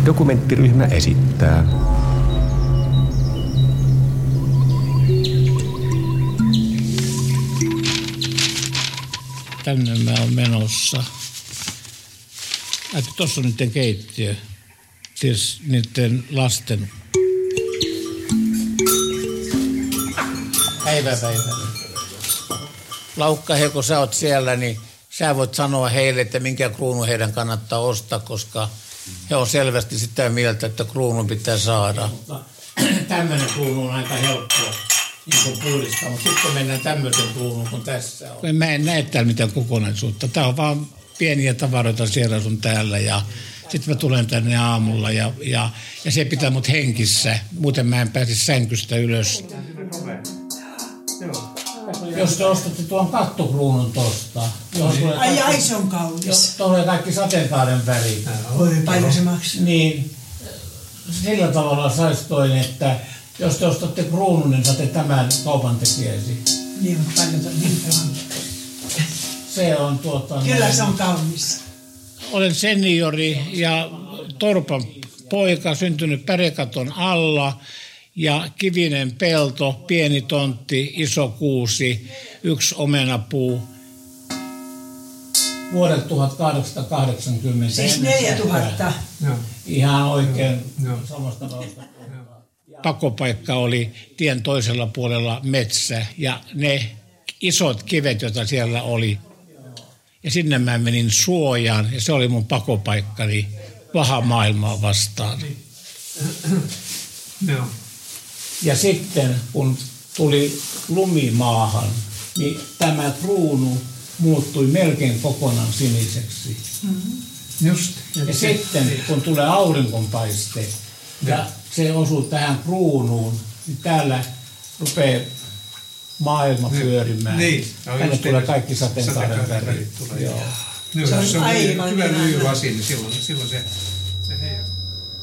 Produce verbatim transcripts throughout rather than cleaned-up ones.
Dokumenttiryhmä esittää. Tänne mä oon menossa. Tuossa on niiden keittiö. Siis niiden lasten. Päivä päivä. Laukka, he kun sä oot siellä, niin sä voit sanoa heille, että minkä kruunu heidän kannattaa ostaa, koska he on selvästi sitä mieltä, että kruunun pitää saada. Tämmöinen kruunu on aika helppoa niin kuin puhdistaa, mutta sitten mennään tämmöisen kruunun kuin tässä on. Mä en näe täällä mitään kokonaisuutta. Tää on vaan pieniä tavaroita siellä sun täällä ja sitten mä tulen tänne aamulla ja, ja, ja se pitää mut henkissä. Muuten mä en pääsisi sänkystä ylös. Jos te ostatte tuon kattokruunun tosta. Ai ai, se on kaunis. Tuolla on kaikki sateenkaaren väri. Oi, paljon se maksaa. Niin, sillä tavalla saisi toinen, että jos te ostatte kruunun, niin saatte tämän kaupan tekijäsi. Niin, mutta paljon tuon hintaan. Se on tuota... Kyllä se on kaunis. Olen seniori ja torpan poika, syntynyt pärekaton alla. Ja kivinen pelto, pieni tontti, iso kuusi, yksi omenapuu. Vuodelta tuhatkahdeksansataakahdeksankymmentä. Siis neljätuhatta. Ihan oikein no. Samasta talosta. Pakopaikka oli tien toisella puolella metsä ja ne isot kivet, joita siellä oli. Ja sinne mä menin suojaan ja se oli mun pakopaikkani paha maailmaa vastaan. No. Ja sitten kun tuli lumi maahan, niin tämä kruunu muuttui melkein kokonaan siniseksi. Mm-hmm. Just. Ja, ja sitten kun tulee auringonpaiste ja, ja se osuu tähän kruunuun, niin täällä rupeaa maailma pyörimään. Niin. No, tänne tulee niin, kaikki sateenkaaren värit. Joo. No, se on, se on aivan hyvä lyijylasi, niin silloin, silloin se, se heijastaa.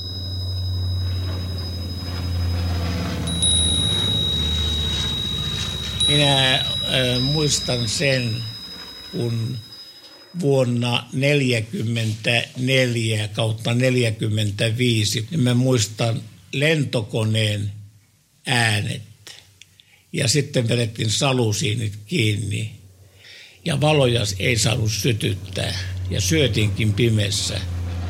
Minä äh, muistan sen, kun vuonna neljäkymmentäneljä kautta neljäkymmentäviisi, niin mä muistan lentokoneen äänet. Ja sitten vedettiin salusiinit kiinni. Ja valoja ei saanut sytyttää. Ja syötiinkin pimeässä.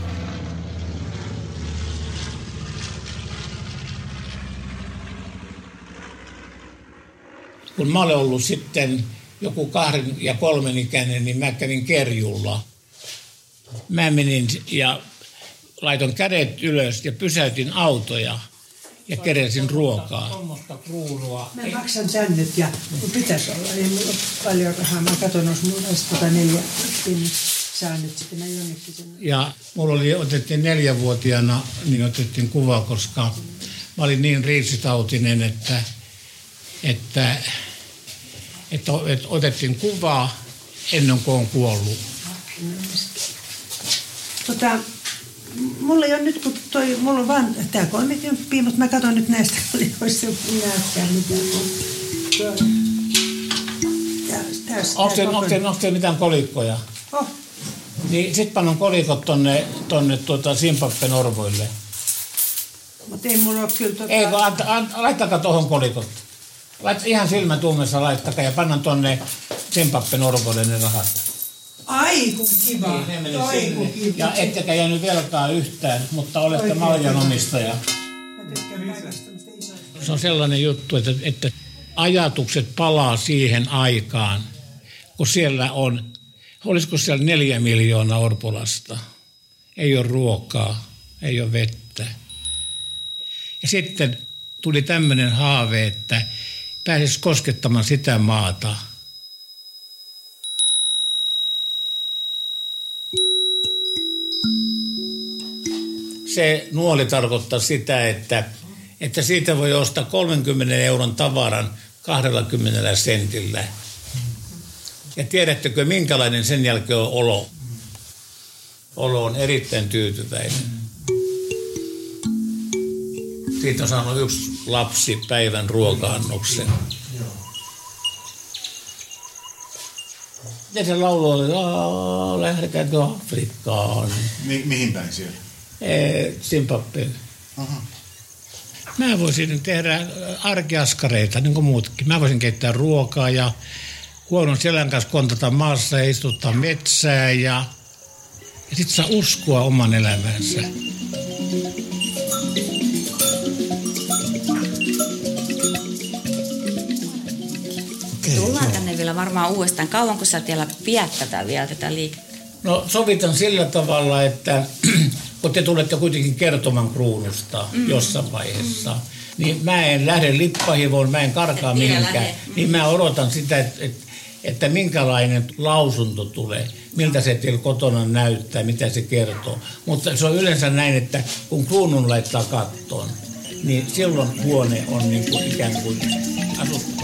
Kun mä olen ollut sitten joku kahden ja kolmen ikäinen, niin mä kävin kerjulla. Mä menin ja laitoin kädet ylös ja pysäytin autoja ja keräsin ruokaa. Tuommoista kruunua. Mä maksan tän nyt ja mun pitäisi olla. Ei mulla ole paljon rahaa. Mä katson, jos mulla olisi tota neljä, niin saan nyt sitten mä jonnekin sen. Ja mulla oli, otettiin neljävuotiaana, niin otettiin kuva, koska mä olin niin riisitautinen, että Että, että, että otettiin kuvaa ennen kuin on kuollut. Tota, mulla ei ole nyt, kun toi, mulla on vaan tää kolmekymmentä, mutta mä katson nyt näistä kolikoista, näyttää mitään. Onko teillä mitään kolikkoja? Oh. Niin sit panon kolikot tonne, tonne tuota Zimbabwen orvoille. Mutta ei mulla ole kyllä tota... Ei, laittakaa tohon kolikot. Lait, ihan silmän tuumessa laittakaa ja pannaan tonne Zimbabwen orvoille ne rahat. Ai kun kiva. Niin, Ai kun kiva. Ja ettekä jäänyt velkaa yhtään, mutta olette maljanomistaja. Se on sellainen juttu, että, että ajatukset palaa siihen aikaan, kun siellä on, olisiko siellä neljä miljoonaa orpolasta. Ei ole ruokaa, ei ole vettä. Ja sitten tuli tämmöinen haave, että pääsisi koskettamaan sitä maata. Se nuoli tarkoittaa sitä, että, että siitä voi ostaa kolmenkymmenen euron tavaran kaksikymmentä sentillä. Ja tiedättekö, minkälainen sen jälkeen on olo? Olo on erittäin tyytyväinen. Siitä on saanut yksi lapsi päivän ruoka-annoksen. Ja se laulu oli, lähdetäänkö Afrikkaan. Mi- mihin päin siellä? Zimbabween. Aha. Mä voisin tehdä arkiaskareita, niin kuin muutkin. Mä voisin keittää ruokaa ja huonon selän kanssa kontata maassa ja istuttaa metsää ja, ja sit saa uskoa oman elämänsä. Tullaan tänne vielä varmaan uudestaan. Kauanko sä vielä pidät tätä vielä, tätä liikettä? No sovitan sillä tavalla, että kun te tulette kuitenkin kertomaan kruunusta mm. jossain vaiheessa, niin mä en lähde lippahivoon, mä en karkaa mihinkään. Niin mä odotan sitä, että, että, että minkälainen lausunto tulee, miltä se teillä kotona näyttää, mitä se kertoo. Mutta se on yleensä näin, että kun kruunun laittaa kattoon, niin silloin huone on niin kuin ikään kuin asuttu.